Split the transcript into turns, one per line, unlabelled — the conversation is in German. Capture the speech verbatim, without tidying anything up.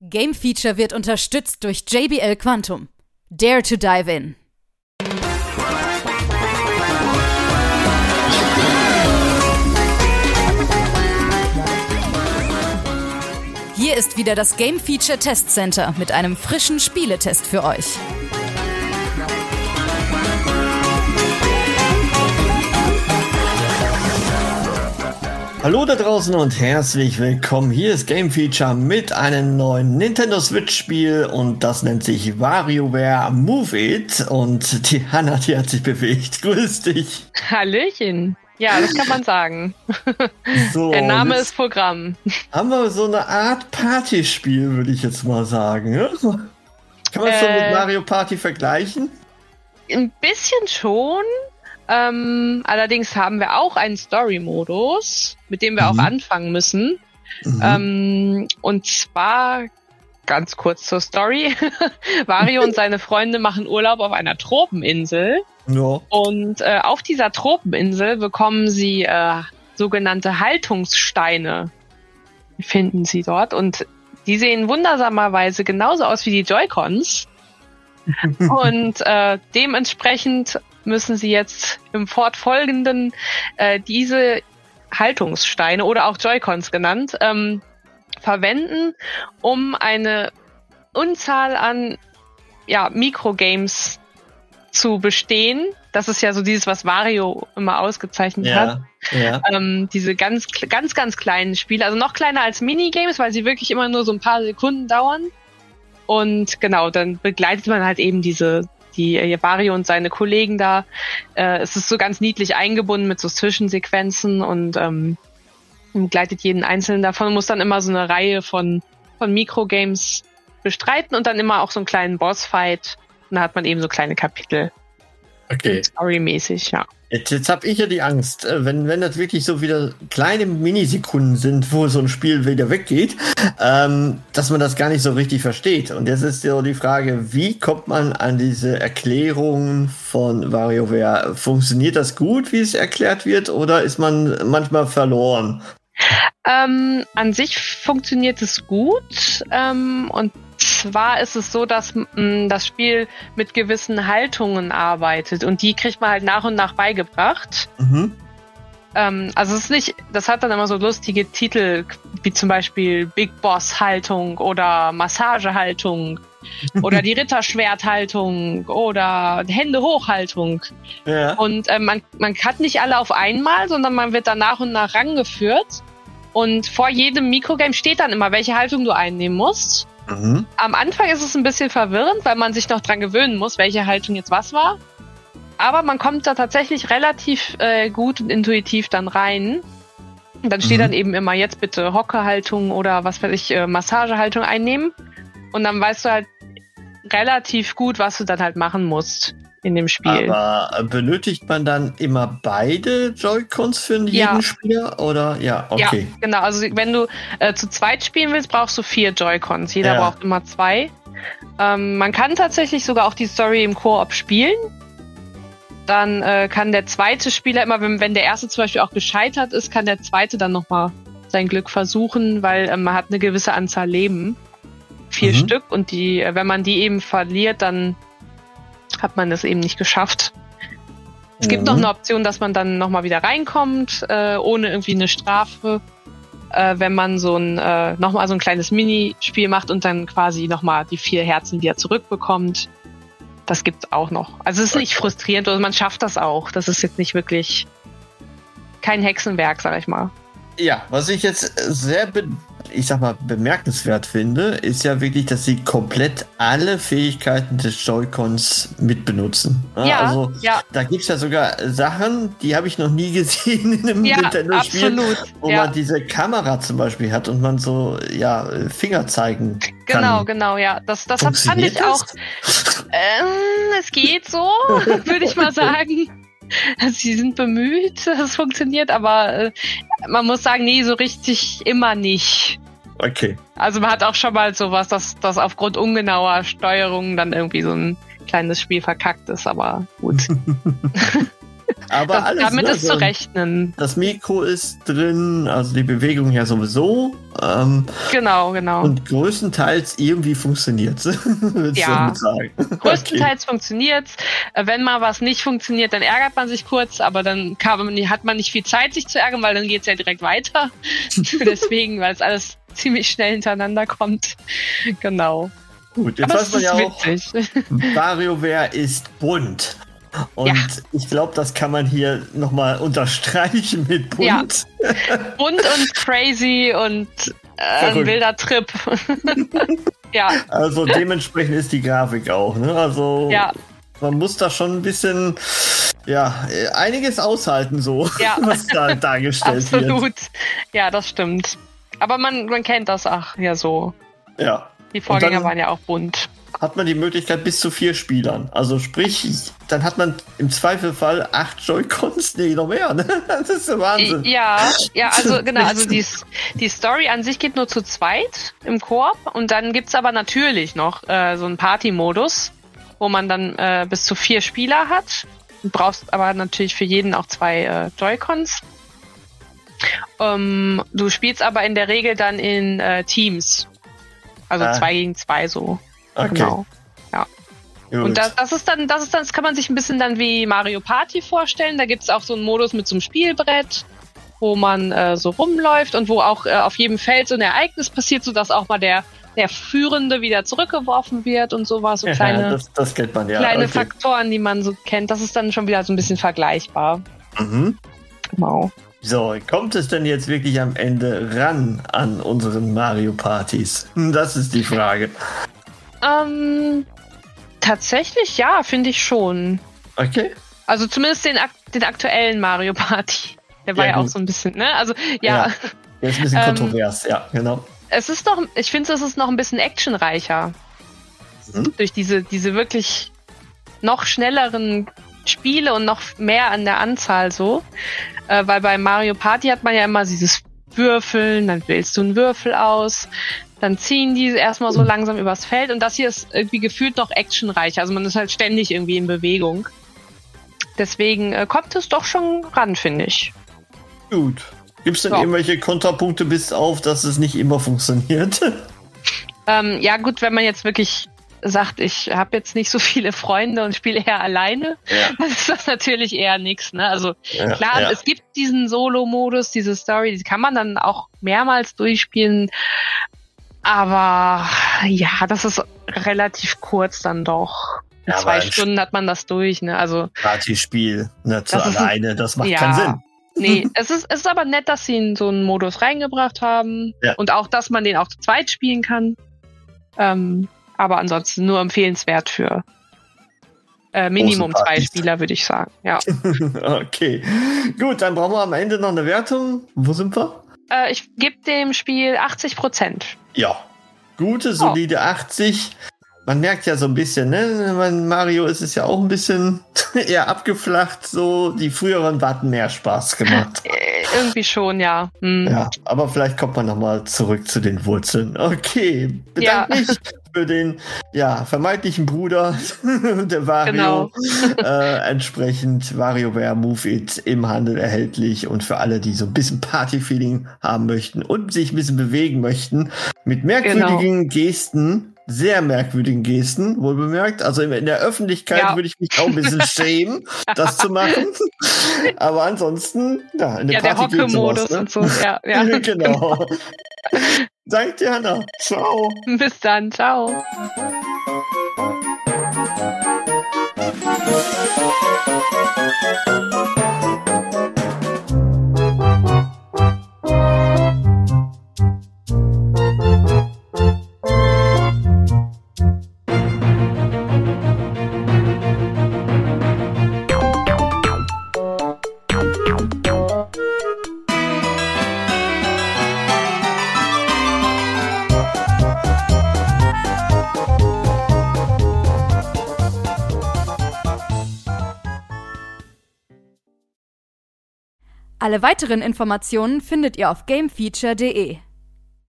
Game Feature wird unterstützt durch J B L Quantum. Dare to dive in. Hier ist wieder das Game Feature Test Center mit einem frischen Spieletest für euch.
Hallo da draußen und herzlich willkommen. Hier ist Game Feature mit einem neuen Nintendo Switch Spiel und das nennt sich WarioWare Move It und die Hanna, die hat sich bewegt. Grüß dich.
Hallöchen. Ja, das kann man sagen. So, der Name ist Programm.
Haben wir so eine Art Partyspiel, würde ich jetzt mal sagen. Kann man es äh, so mit Mario Party vergleichen?
Ein bisschen schon. Ähm, allerdings haben wir auch einen Story-Modus, mit dem wir mhm. auch anfangen müssen. Mhm. Ähm, und zwar, ganz kurz zur Story, Wario und seine Freunde machen Urlaub auf einer Tropeninsel. Ja. Und äh, auf dieser Tropeninsel bekommen sie äh, sogenannte Haltungssteine, finden sie dort. Und die sehen wundersamerweise genauso aus wie die Joy-Cons. Und äh, dementsprechend müssen sie jetzt im Fortfolgenden äh, diese Haltungssteine oder auch Joy-Cons genannt ähm, verwenden, um eine Unzahl an ja, Mikrogames zu bestehen. Das ist ja so dieses, was Wario immer ausgezeichnet
ja,
hat.
Ja.
Ähm, diese ganz, ganz, ganz kleinen Spiele, also noch kleiner als Minigames, weil sie wirklich immer nur so ein paar Sekunden dauern. Und genau, dann begleitet man halt eben diese die äh, Wario und seine Kollegen da. Äh, es ist so ganz niedlich eingebunden mit so Zwischensequenzen und ähm, begleitet jeden einzelnen davon und muss dann immer so eine Reihe von, von Mikrogames bestreiten und dann immer auch so einen kleinen Bossfight. Und da hat man eben so kleine Kapitel.
Okay.
Storymäßig, ja.
Jetzt, jetzt habe ich ja die Angst, wenn, wenn das wirklich so wieder kleine Minisekunden sind, wo so ein Spiel wieder weggeht, ähm, dass man das gar nicht so richtig versteht. Und jetzt ist ja die Frage, wie kommt man an diese Erklärung von WarioWare? Funktioniert das gut, wie es erklärt wird, oder ist man manchmal verloren?
Ähm, an sich funktioniert es gut ähm, und zwar ist es so, dass mh, das Spiel mit gewissen Haltungen arbeitet und die kriegt man halt nach und nach beigebracht. Mhm. Ähm, also es ist nicht, das hat dann immer so lustige Titel, wie zum Beispiel Big Boss Haltung oder Massagehaltung oder die Ritterschwerthaltung oder Hände hochhaltung. Ja. Und äh, man, man hat nicht alle auf einmal, sondern man wird dann nach und nach rangeführt und vor jedem Mikrogame steht dann immer, welche Haltung du einnehmen musst. Mhm. Am Anfang ist es ein bisschen verwirrend, weil man sich noch dran gewöhnen muss, welche Haltung jetzt was war. Aber man kommt da tatsächlich relativ äh, gut und intuitiv dann rein. Und dann steht mhm. dann eben immer, jetzt bitte Hockehaltung oder was weiß ich, äh, Massagehaltung einnehmen. Und dann weißt du halt relativ gut, was du dann halt machen musst in dem Spiel.
Aber benötigt man dann immer beide Joy-Cons für jeden
ja.
Spieler? Oder? Ja, okay.
Ja, genau. Also wenn du äh, zu zweit spielen willst, brauchst du vier Joy-Cons. Jeder ja. braucht immer zwei. Ähm, man kann tatsächlich sogar auch die Story im Koop spielen. Dann äh, kann der zweite Spieler immer, wenn, wenn der erste zum Beispiel auch gescheitert ist, kann der zweite dann nochmal sein Glück versuchen, weil äh, man hat eine gewisse Anzahl Leben. Vier mhm. Stück. Und die, äh, wenn man die eben verliert, dann hat man das eben nicht geschafft. Es mhm. gibt noch eine Option, dass man dann nochmal wieder reinkommt, äh, ohne irgendwie eine Strafe, äh, wenn man so ein äh, nochmal so ein kleines Minispiel macht und dann quasi nochmal die vier Herzen wieder zurückbekommt. Das gibt's auch noch. Also es ist nicht frustrierend, also man schafft das auch. Das ist jetzt nicht wirklich kein Hexenwerk, sag ich mal.
Ja, was ich jetzt sehr, be- ich sag mal, bemerkenswert finde, ist ja wirklich, dass sie komplett alle Fähigkeiten des Joy-Cons mitbenutzen. Ja,
ja,
also
ja.
Da gibt's ja sogar Sachen, die habe ich noch nie gesehen in einem
ja,
Nintendo-Spiel,
absolut.
wo
ja.
man diese Kamera zum Beispiel hat und man so ja Finger zeigen kann.
Genau, genau, ja. Das, das fand ich
das?
auch. Ähm, es geht so, würde ich mal sagen. Sie sind bemüht, dass es funktioniert, aber äh, man muss sagen, nee, so richtig immer nicht.
Okay.
Also man hat auch schon mal sowas, dass das aufgrund ungenauer Steuerung dann irgendwie so ein kleines Spiel verkackt ist, aber gut.
Aber
das,
alles,
damit
ne,
ist
so,
zu rechnen.
Das Mikro ist drin, also die Bewegung ja sowieso. Ähm,
Genau, genau.
Und größtenteils irgendwie funktioniert es, würde ich
Ja.
damit sagen.
Größtenteils okay. funktioniert es. Wenn mal was nicht funktioniert, dann ärgert man sich kurz, aber dann kann man, hat man nicht viel Zeit, sich zu ärgern, weil dann geht es ja direkt weiter. Deswegen, weil es alles ziemlich schnell hintereinander kommt. Genau.
Gut, jetzt
aber
weiß man ja auch,
witzig.
WarioWare ist bunt. Und
ja.
ich glaube, das kann man hier nochmal unterstreichen mit bunt.
Ja. Bunt und crazy und äh, ein wilder Trip. Ja.
Also dementsprechend ist die Grafik auch, ne? Also
ja.
man muss da schon ein bisschen, ja, einiges aushalten, so,
ja.
was da dargestellt
Absolut.
wird.
Absolut. Ja, das stimmt. Aber man, man kennt das ach ja so.
Ja.
Die Vorgänger waren ja auch bunt.
Hat man die Möglichkeit bis zu vier Spielern. Also sprich, dann hat man im Zweifelfall acht Joy-Cons, nee, noch mehr, ne? Das ist der Wahnsinn.
Ja, ja, also genau, also die, die Story an sich geht nur zu zweit im Koop und dann gibt's aber natürlich noch äh, so einen Party-Modus, wo man dann äh, bis zu vier Spieler hat. Du brauchst aber natürlich für jeden auch zwei äh, Joy-Cons. Ähm, du spielst aber in der Regel dann in äh, Teams. Also ah. zwei gegen zwei so.
Okay.
Genau. Ja. Und das, das ist dann, das ist dann, das kann man sich ein bisschen dann wie Mario Party vorstellen. Da gibt es auch so einen Modus mit so einem Spielbrett, wo man äh, so rumläuft und wo auch äh, auf jedem Feld so ein Ereignis passiert, sodass auch mal der, der Führende wieder zurückgeworfen wird und sowas. So kleine,
ja, das, das kennt man, ja.
kleine
okay.
Faktoren, die man so kennt. Das ist dann schon wieder so ein bisschen vergleichbar.
Mhm.
Genau.
So, kommt es denn jetzt wirklich am Ende ran an unseren Mario-Partys? Das ist die Frage.
Ähm, tatsächlich ja, finde ich schon.
Okay.
Also zumindest den, den aktuellen Mario Party. Der war ja, ja auch so ein bisschen, ne? Also, ja.
ja. Der ist ein bisschen ähm, kontrovers, ja, genau.
Es ist doch, ich finde, es ist noch ein bisschen actionreicher. Mhm. Durch diese, diese wirklich noch schnelleren Spiele und noch mehr an der Anzahl so. Äh, weil bei Mario Party hat man ja immer dieses Würfeln, dann wählst du einen Würfel aus, dann ziehen die erstmal so langsam übers Feld und das hier ist irgendwie gefühlt noch actionreicher. Also man ist halt ständig irgendwie in Bewegung. Deswegen äh, kommt es doch schon ran, finde ich.
Gut. Gibt es denn
ja.
irgendwelche Kontrapunkte bis auf, dass es nicht immer funktioniert?
ähm, ja gut, wenn man jetzt wirklich sagt, ich habe jetzt nicht so viele Freunde und spiele eher alleine, ja. dann ist das natürlich eher nichts. Ne? Also ja, klar, ja. es gibt diesen Solo-Modus, diese Story, die kann man dann auch mehrmals durchspielen, aber ja, das ist relativ kurz dann doch. In ja, zwei Stunden hat man das durch. Ne? Also
Partyspiel, ne, zu alleine, ein, das macht ja, keinen Sinn.
Nee, es ist, es ist aber nett, dass sie in so einen Modus reingebracht haben ja. und auch, dass man den auch zu zweit spielen kann. Ähm, aber ansonsten nur empfehlenswert für äh, Minimum zwei Spieler, würde ich sagen. Ja.
Okay, gut, dann brauchen wir am Ende noch eine Wertung. Wo sind wir?
Äh, ich gebe dem Spiel achtzig Prozent.
Ja, gute, solide oh. achtzig. Man merkt ja so ein bisschen, ne? Mein Mario ist es ja auch ein bisschen eher abgeflacht, so. Die früheren hatten mehr Spaß gemacht.
Irgendwie schon, ja. Hm.
Ja, aber vielleicht kommt man nochmal zurück zu den Wurzeln. Okay, bedanke ja. mich für den, ja, vermeintlichen Bruder der Wario. Genau. äh, entsprechend WarioWare Move It im Handel erhältlich und für alle, die so ein bisschen Party-Feeling haben möchten und sich ein bisschen bewegen möchten, mit merkwürdigen genau. Gesten, sehr merkwürdigen Gesten, wohl bemerkt. Also in der Öffentlichkeit ja. würde ich mich auch ein bisschen schämen, das zu machen. Aber ansonsten, ja, in der
ja,
Party
der Hocke-Modus ne? und so. Ja, ja.
Genau. Danke dir, Hanna. Ciao.
Bis dann. Ciao.
Alle weiteren Informationen findet ihr auf gamefeature punkt de.